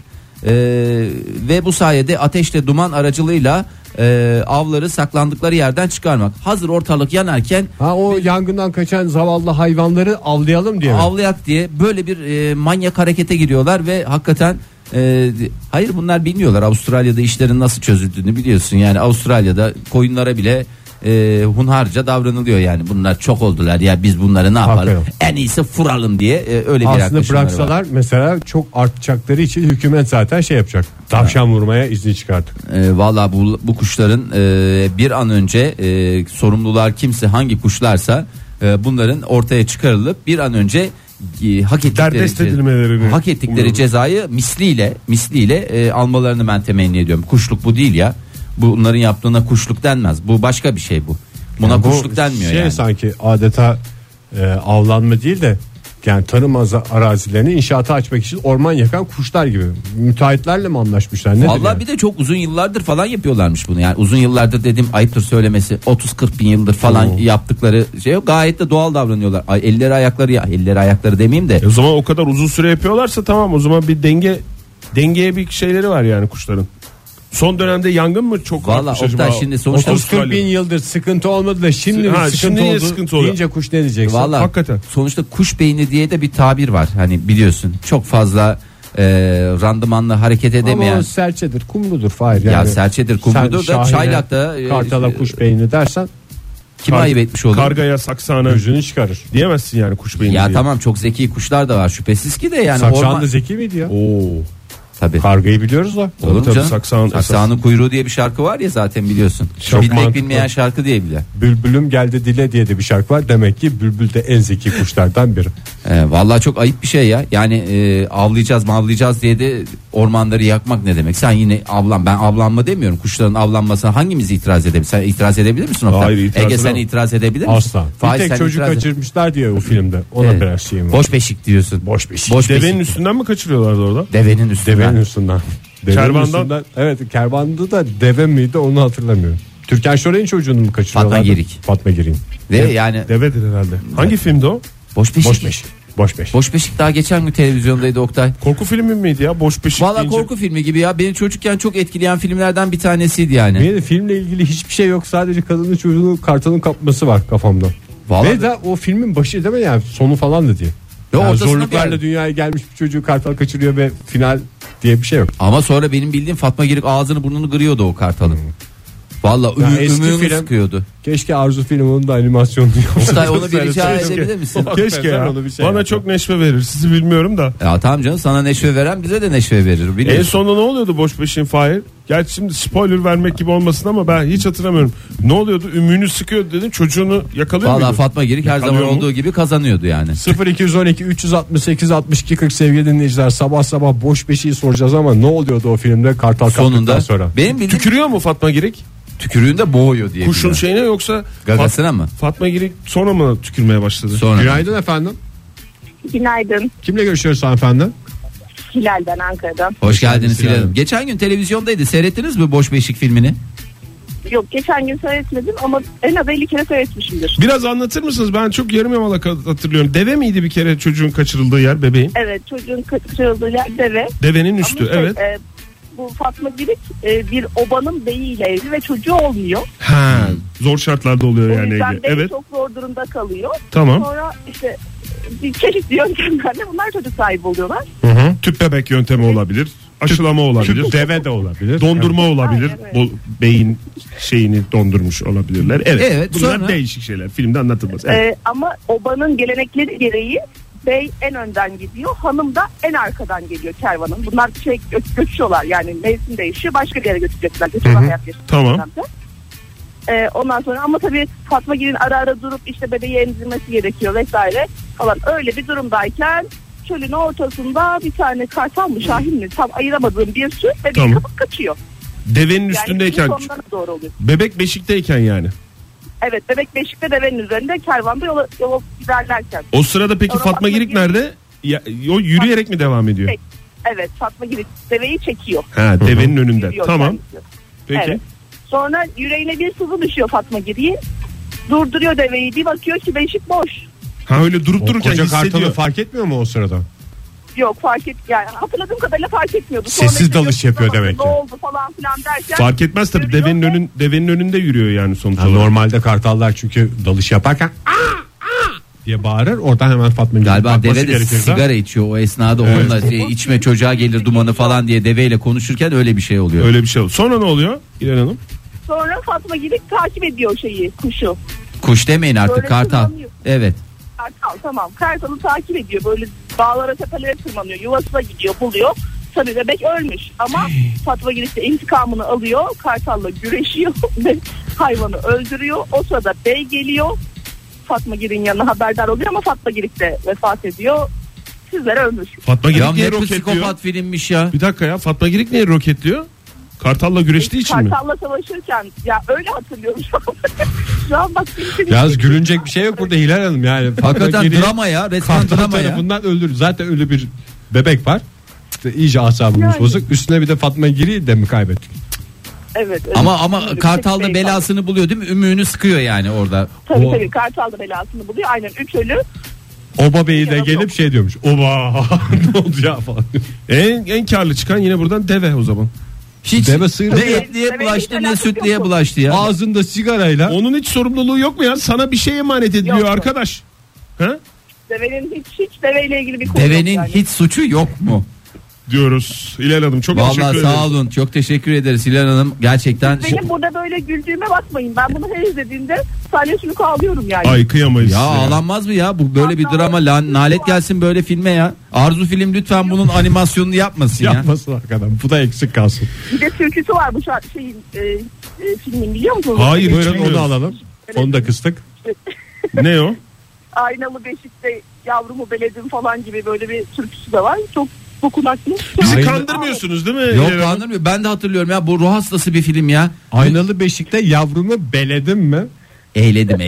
ve bu sayede ateşle duman aracılığıyla avları saklandıkları yerden çıkarmak. Hazır ortalık yanarken o yangından kaçan zavallı hayvanları avlayalım diye mi? Avlayak diye böyle bir manyak harekete giriyorlar ve hakikaten hayır, bunlar bilmiyorlar Avustralya'da işlerin nasıl çözüldüğünü, biliyorsun yani Avustralya'da koyunlara bile hunharca davranılıyor, yani bunlar çok oldular ya, biz bunları ne yapalım, en iyisi vuralım diye öyle bir yaklaşımları var. Aslında bıraksalar mesela çok artacakları için hükümet zaten şey yapacak, tavşan vurmaya izni çıkarttık. Valla bu kuşların bir an önce sorumlular kimse, hangi kuşlarsa bunların ortaya çıkarılıp bir an önce hak ettikleri cezayı misliyle almalarını ben temenni ediyorum. Kuşluk bu değil ya. Bunların yaptığına kuşluk denmez. Bu başka bir şey bu. Buna yani kuşluk denmiyor yani. Sanki adeta avlanma değil de yani tarım arazilerini inşaata açmak için orman yakan kuşlar gibi. Müteahhitlerle mi anlaşmışlar? Vallahi yani? Bir de çok uzun yıllardır falan yapıyorlarmış bunu. Yani uzun yıllardır dedim, ayıptır söylemesi, 30-40 bin yıldır falan yaptıkları şey yok. Gayet de doğal davranıyorlar. Elleri ayakları demeyeyim de. O zaman o kadar uzun süre yapıyorlarsa tamam, o zaman bir dengeye bir şeyleri var yani kuşların. Son dönemde yangın mı çok artmış acaba? Şimdi sonuçta 30-40 bin yıldır sıkıntı olmadı da şimdi sıkıntı oldu deyince kuş ne diyeceksin? Vallahi, hakikaten. Sonuçta kuş beyni diye de bir tabir var. Hani biliyorsun, çok fazla randımanla hareket edemeyen. Ama o serçedir, kumrudur Fahir. Yani ya serçedir, kumrudur da çaylakta kartala kuş beyni dersen kim ayıp etmiş olur? Kargaya saksağına gözünü çıkarır. Diyemezsin yani kuş beyni ya diye. Tamam, çok zeki kuşlar da var şüphesiz ki de yani. Saksan da zeki miydi ya? Tabii. Kargayı biliyoruz da. Olur mu canım? Saksağının kuyruğu diye bir şarkı var ya zaten, biliyorsun. Bilmek bilmeyen şarkı diye bile. Bülbülüm geldi dile diye de bir şarkı var. Demek ki bülbül de en zeki kuşlardan biri. Vallahi çok ayıp bir şey ya. Yani avlayacağız diye de ormanları yakmak ne demek? Sen yine ben avlanma demiyorum. Kuşların avlanmasına hangimiz itiraz edebilir? Sen itiraz edebilir misin? Hayır, itiraz Ege sen edemem. itiraz edebilir misin? Asla. Faiz, Bir tek sen çocuk itiraz- kaçırmışlar diye o filmde. Ona Evet. biraz şeyim var. Boş beşik diyorsun. Boş beşik. Devenin üstünden mi kaçırıyorlardı orada? Devenin üstünden. Devenin üstünden. Devenin Kervandan- üstünden. Evet, kervanda da deve miydi onu hatırlamıyorum. Türkan Şoray'ın çocuğunu mu kaçırıyorlardı? Fatma Girik. Fatma Girik'in. Ve yani Devedir herhalde. Hangi filmdi o? boş beşik. Boş beşik. Boş beşik. Boş beşik daha geçen gün televizyondaydı Oktay. Korku filmi miydi ya? Boş beşik Valla deyince. korku filmi gibi ya. Beni çocukken çok etkileyen filmlerden bir tanesiydi yani. Benim de filmle ilgili hiçbir şey yok. Sadece kadının çocuğunu kartalın kapması var kafamda. Vallahi Ve de o filmin başı değil mi yani sonu falan da değil. Yo, Yani ortasına zorluklarla bir- dünyaya gelmiş bir çocuğu kartal kaçırıyor ve final diye bir şey yok. Ama sonra benim bildiğim Fatma Girik ağzını burnunu kırıyordu o kartalın. Valla Ya eski ümüğünü film- sıkıyordu. Keşke Arzu filminin de animasyonunu Oktay onu bir yapsaydı. rica Keşke. edebilir misin? Keşke ya. Onu bir şey Bana yapalım. çok neşve verir. Sizi bilmiyorum da. Ya tamam canım, sana neşve veren bize de neşve verir. En Biliyorsun. sonunda ne oluyordu boş beşin Fahir? Gerçi şimdi spoiler vermek gibi olmasın ama ben hiç hatırlamıyorum. Ne oluyordu? Ümüğünü sıkıyordu dedin. Çocuğunu yakalıyor Valla muydu? Fatma Girik her zaman Yakalıyor mu? olduğu gibi kazanıyordu yani. 0212 368 62 40 sevgili dinleyiciler, sabah sabah boş beşiği soracağız ama ne oluyordu o filmde kartal kaptıktan Sonunda sonra? benim bildiğim Tükürüyor mu Fatma Girik? tükürüğünde boğuyor diye. Kuşun biliyorum. şeyine yoksa Gagasına mı? Fatma Girik sonra mı tükürmeye başladı? Sonra. Günaydın efendim. Günaydın. Kimle görüşüyoruz hanımefendi? Hilal'den, Ankara'dan. Hoş geldiniz Hilal Hilal. Hanım. Geçen gün televizyondaydı. Seyrettiniz mi Boş Beşik filmini? Yok, geçen gün seyretmedim ama en az 50 kere seyretmişimdir. Biraz anlatır mısınız? Ben çok yarım yamalak hatırlıyorum. Deve miydi bir kere çocuğun kaçırıldığı yer, bebeğin? Evet, çocuğun kaçırıldığı yer deve. Devenin üstü, Ama evet. bu Fatma Girik bir obanın beyiyle evli ve çocuğu olmuyor. Ha, zor şartlarda oluyor O yani. yüzden Ege. bey Evet, çok zor durumda kalıyor. tamam. Sonra işte bir çeşitli yöntemlerle bunlar çocuk sahibi oluyorlar. Tüp bebek yöntemi olabilir. Aşılama olabilir. Tüp deve de olabilir. Dondurma olabilir. Aynen öyle. Bu beyin şeyini dondurmuş olabilirler. Evet. Evet, Bunlar sonra? değişik şeyler. Filmde anlatılmaz. Evet. Ama obanın gelenekleri gereği bey en önden gidiyor, hanım da en arkadan geliyor kervanın. Bunlar göçüyorlar, yani mevsim değişiyor, başka bir yere götürecekler. Göçüyorlar, hayat yaşayacaklar. Tamam. Ondan sonra ama tabii Fatma Girik'in ara ara durup işte bebeği emzirmesi gerekiyor vesaire falan, öyle bir durumdayken çölün ortasında bir tane kartal mı şahin mi tam ayıramadığım bir sürü bebeği Tamam. kapıp kaçıyor. Devenin Yani üstündeyken, sonlarına doğru oluyor. bebek beşikteyken yani. Evet, bebek beşikte devenin üzerinde, kervanda yola giderlerken. O sırada peki Sonra Fatma Girik Girik- nerede? Ya, o yürüyerek mi devam ediyor? Tek. Evet, Fatma Girik deveyi çekiyor. Ha, devenin önünde. Yürüyor Tamam. kendisi. Peki. Evet. Sonra yüreğine bir sızı düşüyor Fatma Girik'in. Durduruyor deveyi, bir bakıyor ki beşik boş. Ha, öyle durup O dururken koca kartalı hissediyor. fark etmiyor mu o sırada? Yok, fark et, yani hatırladığım kadarıyla fark etmiyordu. Sessiz işte dalış yapıyor yok, demek ki. Ne oldu falan filan derken. Fark etmez tabii, Yürüyor ve- devenin önünde yürüyor yani sonuç Yani olarak. normalde kartallar çünkü dalış yaparken diye bağırır. Oradan hemen Fatma Girik'in Galiba bakması deve de gerekirdi. sigara içiyor o esnada, onunla içme çocuğa gelir dumanı falan diye deveyle konuşurken öyle bir şey oluyor. Öyle bir şey oldu. Sonra ne oluyor İlhan Hanım? Sonra Fatma Girik takip ediyor kuşu. Kuş demeyin artık, Böyle kartal. tırmanıyor. Evet. Kartal, tamam. Kartalı takip ediyor. Böyle dağlara, tepelere tırmanıyor. Yuvasına gidiyor, buluyor. Tabii bebek ölmüş ama Fatma Girik de intikamını alıyor. Kartalla güreşiyor ve hayvanı öldürüyor. O sırada bey geliyor. Fatma Girik'in yanına haberdar oluyor ama Fatma Girik de vefat ediyor. Sizlere ölmüş. Fatma Ya Girik niye ne roketliyor? psikopat filmmiş ya. Bir dakika ya, Fatma Girik niye roketliyor? Kartal'la güreştiği için mi? Kartalla savaşırken, ya öyle hatırlıyorum şu an. Şu an bak. Yalnız gülünecek bir şey yok burada Hilal Hanım yani. Fatma Hakikaten Girik'i drama ya, resmen kartal drama ya. tarafından öldür. Zaten öyle bir bebek var. İşte iyice asabımız Yani. bozuk. Üstüne bir de Fatma Girik'i de mi kaybettik? Evet. Ama Öyle bir kartal da şey belasını buluyor değil mi? Ümüğünü sıkıyor yani orada. Tabii O- tabii, kartal da belasını buluyor. Aynen, 3 ölü. Oba Bey'i de Yok. gelip şey diyormuş. Oba ne oldu ya falan. En karlı çıkan yine buradan deve o zaman. Hiç Deve sıyırdı. ne etliye Deve bulaştı hiç ne alakası sütliye yok. bulaştı ya. Ağzında sigarayla. Onun hiç sorumluluğu yok mu ya? Sana bir şey emanet ediliyor Yok. arkadaş. Ha? Devenin hiç deveyle ilgili bir konu yok Devenin yani. hiç suçu yok mu? Diyoruz. İlhan Hanım çok teşekkür Vallahi ederim. sağ olun. Çok teşekkür ederiz Hilal Hanım. Gerçekten Benim burada böyle güldüğüme bakmayın. Ben bunu her izlediğimde salya sülük ağlıyorum yani. Ay kıyamayız. ya size ağlanmaz mı ya? Bu böyle bir drama, nalet gelsin böyle filme ya. Arzu Film lütfen bunun animasyonunu yapmasın ya. Yapmasın arkadan. Bu da eksik kalsın. Bir de türküsü var bu şeyin filmin, biliyor musunuz? Hayır, Evet. Buyurun bilmiyorum. onu alalım. Onu da kıstık. Ne o? Aynalı beşikte yavrumu beledim falan gibi böyle bir türküsü de var. Çok dokunaklı. Bizi Aynen. kandırmıyorsunuz değil mi? Yok İrem Hanım? kandırmıyor. Ben de hatırlıyorum ya, bu ruh hastası bir film ya. Aynalı Beşik'te yavrumu beledim mi? Eğledim.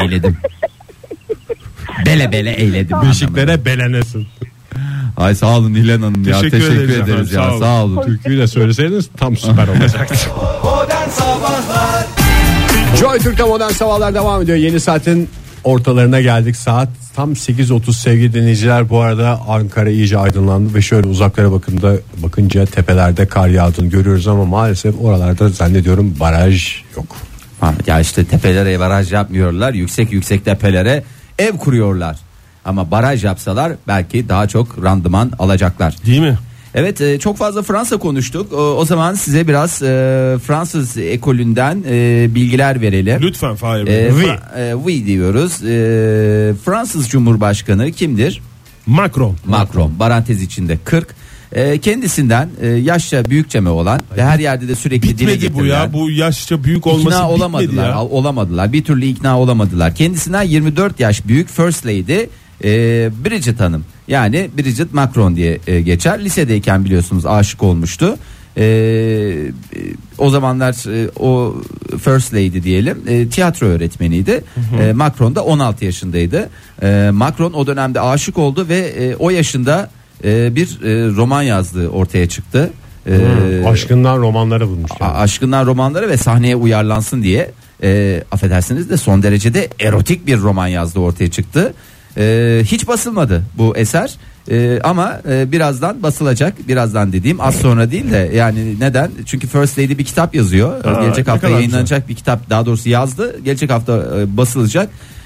Bele eyledim. Beşiklere belenesin. Ay sağ olun İlhan Hanım ya. Teşekkür Teşekkür ederiz ederiz efendim, ya. sağ Sağ olun. Türküyü de söyleseydiniz tam süper olacaktı. Modern Sabahlar Joy Türk'te modern sabahlar devam ediyor. Yeni saatin ortalarına geldik. Saat tam 8.30 sevgili dinleyiciler. Bu arada Ankara iyice aydınlandı ve şöyle uzaklara bakınca tepelerde kar yağdığını görüyoruz ama maalesef oralarda zannediyorum baraj yok. Ha, ya işte tepelere baraj yapmıyorlar. Yüksek tepelere ev kuruyorlar. Ama baraj yapsalar belki daha çok randıman alacaklar. Değil mi? Evet, çok fazla Fransa konuştuk. O zaman size biraz Fransız ekolünden bilgiler verelim. Lütfen Fahir Bey. Oui diyoruz. Fransız Cumhurbaşkanı kimdir? Macron. Parantez içinde 40. Kendisinden yaşça büyükçe mi olan ve her yerde de sürekli dile Bitmedi getirilen. bu ya. Bu yaşça büyük olması İkna bitmedi olamadılar. ya. Olamadılar. Bir türlü ikna olamadılar. Kendisinden 24 yaş büyük First Lady Bridget Hanım. Yani Bridget Macron diye geçer. Lisedeyken biliyorsunuz aşık olmuştu. O zamanlar o First Lady diyelim tiyatro öğretmeniydi. Macron da 16 yaşındaydı. Macron o dönemde aşık oldu ve o yaşında bir roman yazdığı ortaya çıktı. Aşkından romanları bulmuş. Yani. Aşkından romanları ve sahneye uyarlansın diye affedersiniz de son derecede erotik bir roman yazdığı ortaya çıktı. Hiç basılmadı bu eser. Ama birazdan basılacak. Birazdan dediğim az sonra değil de, yani neden? Çünkü First Lady bir kitap yazıyor. Gelecek hafta yayınlanacak bir kitap, daha doğrusu yazdı. Gelecek hafta basılacak.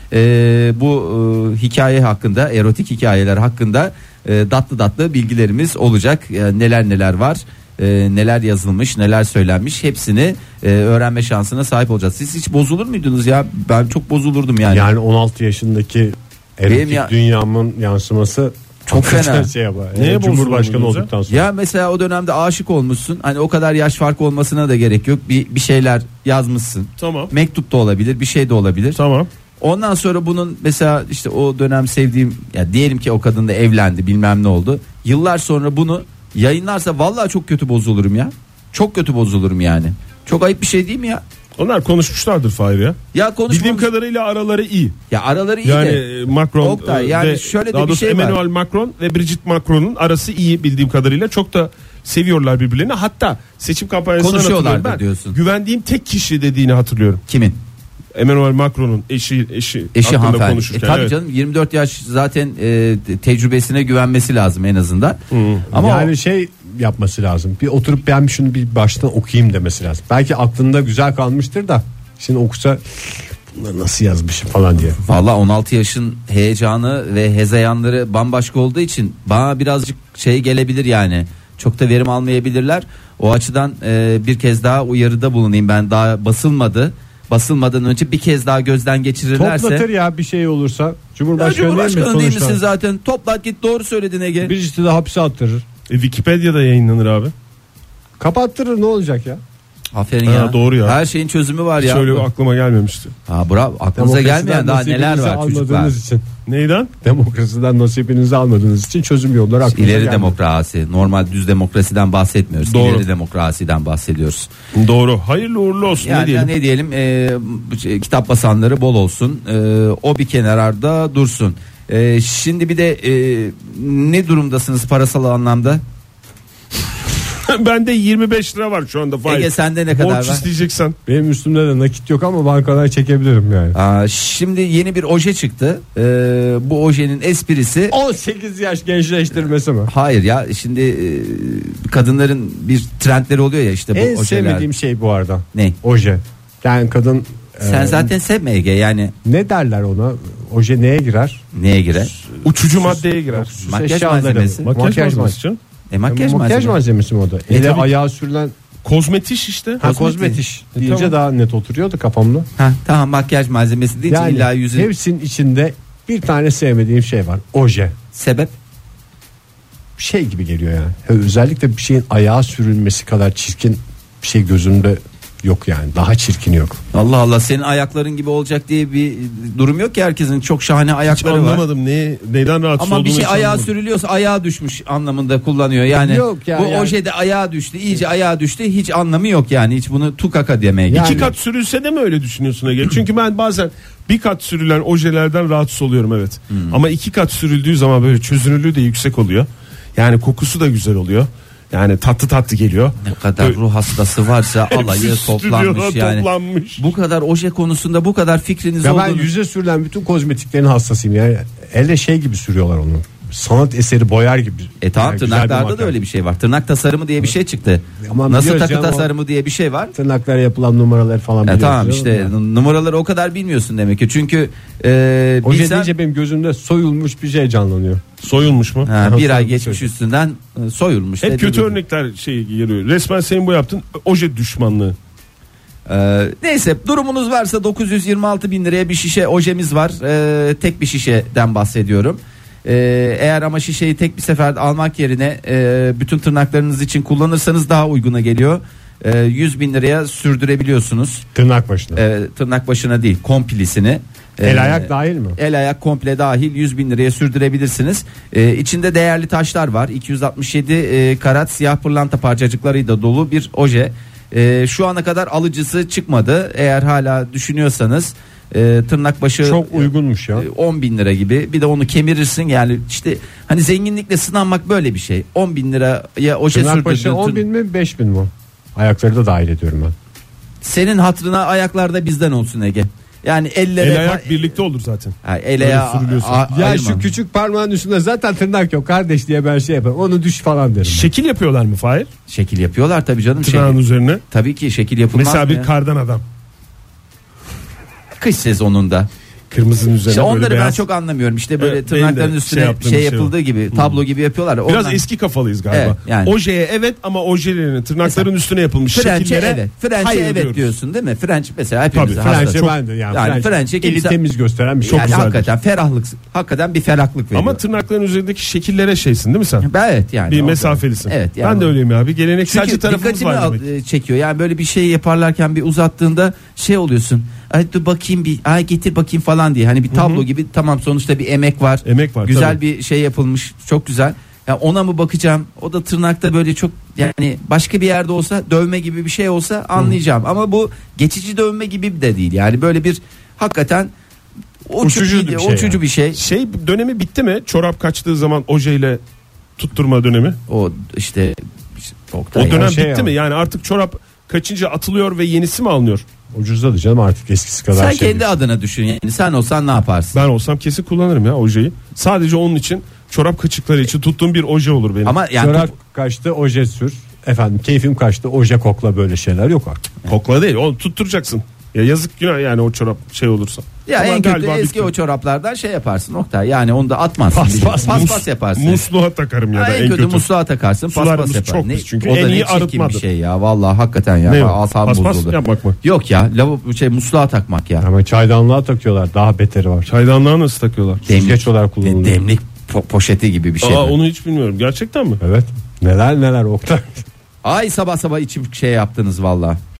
Bu hikaye hakkında, erotik hikayeler hakkında tatlı bilgilerimiz olacak. Neler var, neler yazılmış, neler söylenmiş, hepsini öğrenme şansına sahip olacağız. Siz hiç bozulur muydunuz ya? Ben çok bozulurdum yani. Yani 16 yaşındaki erotik dünyamın yansıması çok fena. Neye Cumhurbaşkanı olduktan sonra. Ya mesela o dönemde aşık olmuşsun. Hani o kadar yaş farkı olmasına da gerek yok. Bir şeyler yazmışsın. Tamam. Mektup da olabilir, bir şey de olabilir. Tamam. Ondan sonra bunun mesela işte o dönem sevdiğim, ya diyelim ki o kadın da evlendi, bilmem ne oldu. Yıllar sonra bunu yayınlarsa vallahi çok kötü bozulurum ya. Çok kötü bozulurum yani. Çok ayıp bir şey değil mi ya? Onlar konuşmuşlardır Fahir ya. Ya Bildiğim kadarıyla araları iyi. Ya araları iyi Yani de. Macron Oktay, yani ve şöyle de daha bir doğrusu şey var. Emmanuel Macron ve Brigitte Macron'un arası iyi bildiğim kadarıyla. Çok da seviyorlar birbirlerini. Hatta seçim kampanyasından Konuşuyorlardı hatırlıyorum ben. diyorsun. Güvendiğim tek kişi dediğini hatırlıyorum. Kimin? Emmanuel Macron'un eşi hakkında hanımefendi. konuşurken. Tabii evet. canım, 24 yaş zaten tecrübesine güvenmesi lazım en azından. Ama yani şey yapması lazım. Bir oturup ben şunu bir baştan okuyayım demesi lazım. Belki aklında güzel kalmıştır da şimdi okusa bunları nasıl yazmışım falan diye. valla 16 yaşın heyecanı ve hezeyanları bambaşka olduğu için bana birazcık şey gelebilir yani. Çok da verim almayabilirler. O açıdan bir kez daha uyarıda bulunayım ben. Daha basılmadan önce bir kez daha gözden geçirirlerse. Toplatır ya bir şey olursa. Cumhurbaşkanı, Cumhurbaşkanı değil sonuçta? misin zaten? Toplat git, doğru söyledin Ege. Birisi de hapse attırır. Wikipedia'da yayınlanır abi. Kapattırır, ne olacak ya? Aferin Ha, ya. doğru ya. Her şeyin çözümü var ya. Şöyle aklıma gelmemişti. Ha bravo. Aklınıza gelmeyen daha neler var çocuklar. Için. Neyden? Demokrasiden nasibinizi almadığınız için çözüm yolları aklınıza İleri gelmedi. demokrasi, normal düz demokrasiden bahsetmiyoruz. Doğru. İleri demokrasiden bahsediyoruz. Doğru. Hayırlı uğurlu olsun. Yani ne diyelim? Kitap basanları bol olsun. O bir kenarda dursun. Şimdi bir de ne durumdasınız parasal anlamda? Bende 25 lira var şu anda. Fahir. Ege sende ne kadar Borç var? isteyeceksen. Benim üstümde de nakit yok ama bankadan çekebilirim yani. Şimdi yeni bir oje çıktı. Bu ojenin esprisi 18 yaş gençleştirmesi mi? hayır ya, şimdi kadınların bir trendleri oluyor ya işte bu En ojeler. sevmediğim şey bu arada. Ne? Oje. Yani kadın Sen zaten sevme Ege, yani ne derler ona? Oje neye girer? neye girer? Uçucu maddeye girer. Makyaj Eşyaları, malzemesi. Makyaj malzemesi canım. Makyaj makyaj malzemesi mi o da? Ele tabii. ayağa sürülen Kozmetik işte. kozmetik deyince tamam. daha net oturuyordu kafamda. Tamam, makyaj malzemesi deyince Yani illa yüzün hepsinin içinde bir tane sevmediğim şey var. Oje. sebep. Şey gibi geliyor yani. Özellikle bir şeyin ayağa sürülmesi kadar çirkin bir şey gözümde yok yani. Daha çirkini yok. Allah Allah, senin ayakların gibi olacak diye bir durum yok ki, herkesin çok şahane Hiç ayakları var. anlamadım neyden rahatsız Ama olduğunu. bir şey hiç ayağa anlamadım. sürülüyorsa ayağa düşmüş anlamında kullanıyor. Yani Yok ya, bu yani. ojede ayağa düştü, iyice ayağa düştü, hiç anlamı yok yani. Hiç bunu tukaka demeye Yani- İki kat sürülse de mi öyle düşünüyorsun Ege? Çünkü ben bazen bir kat sürülen ojelerden rahatsız oluyorum, evet. Ama 2 kat sürüldüğü zaman böyle çözünürlüğü de yüksek oluyor. Yani kokusu da güzel oluyor. Yani tatlı geliyor. Ne kadar Böyle- ruh hastası varsa alayı Hepsi toplanmış stüdyoda yani. toplanmış. Bu kadar oje konusunda bu kadar fikriniz Ya ben olduğunu. yüze sürülen bütün kozmetiklerin hastasıyım yani. Elle şey gibi sürüyorlar onu. Sanat eseri boyar gibi. Tamam, Yani güzel bir tırnaklarda da makyaj. öyle bir şey var. Tırnak tasarımı diye bir şey çıktı. Aman Nasıl biliyoruz takı canım, tasarımı diye bir şey var. Tırnaklara yapılan numaraları falan biliyoruz. Tamam değil işte mi? numaraları o kadar bilmiyorsun demek ki. Çünkü Oje bilsen- deyince benim gözümde soyulmuş bir şey canlanıyor. Soyulmuş mu? Ha, bir ay Soyulmuş. geçmiş üstünden soyulmuş. Hep Dediğim kötü gibi. örnekler geliyor. Resmen senin bu yaptığın oje düşmanlığı. Neyse, durumunuz varsa 926 bin liraya bir şişe ojemiz var. Tek bir şişeden bahsediyorum. Eğer ama şişeyi tek bir seferde almak yerine bütün tırnaklarınız için kullanırsanız daha uyguna geliyor. 100 bin liraya sürdürebiliyorsunuz. Tırnak başına. Tırnak başına değil, komplisini. El ayak dahil mi? El ayak komple dahil 100 bin liraya sürdürebilirsiniz. İçinde değerli taşlar var. 267 karat siyah pırlanta parçacıklarıyla dolu bir oje. Şu ana kadar alıcısı çıkmadı. Eğer hala düşünüyorsanız tırnak başı Çok uygunmuş ya. 10 bin lira gibi, bir de onu kemirirsin yani. İşte hani zenginlikle sınanmak böyle bir şey. 10 bin liraya oje Tırnak başı sürdürdün. 10 bin mi 5 bin mi? Ayakları da dahil ediyorum ben. Senin hatırına ayaklarda bizden olsun Ege. Yani ellere El ayak birlikte olur zaten. el Böyle ayağı sürülüyorsun. Ya ayırma. şu küçük parmağın üstünde zaten tırnak yok kardeş diye ben şey yaparım. Onu düş falan derim. Şekil yapıyorlar mı Fahir? Şekil yapıyorlar tabii canım. Tırnağın üzerine. Tabii ki şekil yapılmaz Mesela mı bir ya? kardan adam. Kış sezonunda. Kırmızının üzerine İşte böyle onları ben beyaz. çok anlamıyorum. İşte böyle Evet, benim de tırnakların şey üstüne yaptığım şey bir şey yapıldığı gibi, tablo gibi yapıyorlar. Biraz Ondan- eski kafalıyız galiba. Evet, yani. Ojeye evet ama ojelerin tırnakların Mesela, üstüne yapılmış French'e şekillere evet. French'e hayır evet diyoruz. diyorsun değil mi? French mesela hepimiz Tabii, French'e çok- ben de yani. yani French'e eli kimse- temiz gösteren bir şey. yani güzeldir. hakikaten ferahlık, hakikaten bir ferahlık veriyor. Ama tırnakların üzerindeki şekillere şeysin değil mi sen? Evet yani. Bir o- mesafelisin. Evet, yani ben de öyleyim abi. Gelenekselci Çünkü tarafımız dikkatimi var demek. çekiyor. Yani böyle bir şey yaparlarken bir uzattığında şey oluyorsun. Ay dur bakayım bir, ay getir bakayım falan diye. Hani bir tablo gibi, tamam sonuçta bir emek var. Emek var, Güzel tabii. bir şey yapılmış. Çok güzel. Ya ona mı bakacağım? O da tırnakta böyle çok, yani başka bir yerde olsa, dövme gibi bir şey olsa anlayacağım. Ama bu geçici dövme gibi de değil. Yani böyle bir hakikaten Uçucu bir şey yani. bir şey. Şey dönemi bitti mi? Çorap kaçtığı zaman ojeyle tutturma dönemi. O işte O dönem şey bitti ama. mi? Yani artık çorap kaçınca atılıyor ve yenisi mi alınıyor? Ucuzladı canım artık eskisi kadar sen şey kendi değil. adına düşün yani. Sen olsan ne yaparsın? Ben olsam kesin kullanırım ya ojeyi. Sadece onun için, çorap kaçıkları için tuttuğum bir oje olur benim. Ama yani Çorap kaçtı oje sür. Efendim keyfim kaçtı oje kokla, böyle şeyler yok artık. kokla değil, onu tutturacaksın. Ya yazık günah yani o çorap şey olursa. ya Ama en kötü galiba eski bitti. o çoraplardan şey yaparsın Oktay. Yani onu da atmazsın. Paspas yaparsın. Musluğa takarım ya Ha, da en kötü musluğa takarsın, Sularımız paspas yaparsın. çok pis çünkü. O da En ne iyi çirkin arıtmadır. bir şey ya. Vallahi hakikaten ya. Ne o? Asabım Paspas bozuldu. yapmak mı? Yok ya, musluğa takmak ya. Ama çaydanlığa takıyorlar, daha beteri var. Çaydanlığa nasıl takıyorlar? Süzgeç olarak kullanılıyor. Demlik poşeti gibi bir şey. Onu hiç bilmiyorum. Gerçekten mi? Evet. Neler Oktay. Ay sabah sabah içim şey yaptınız vallahi.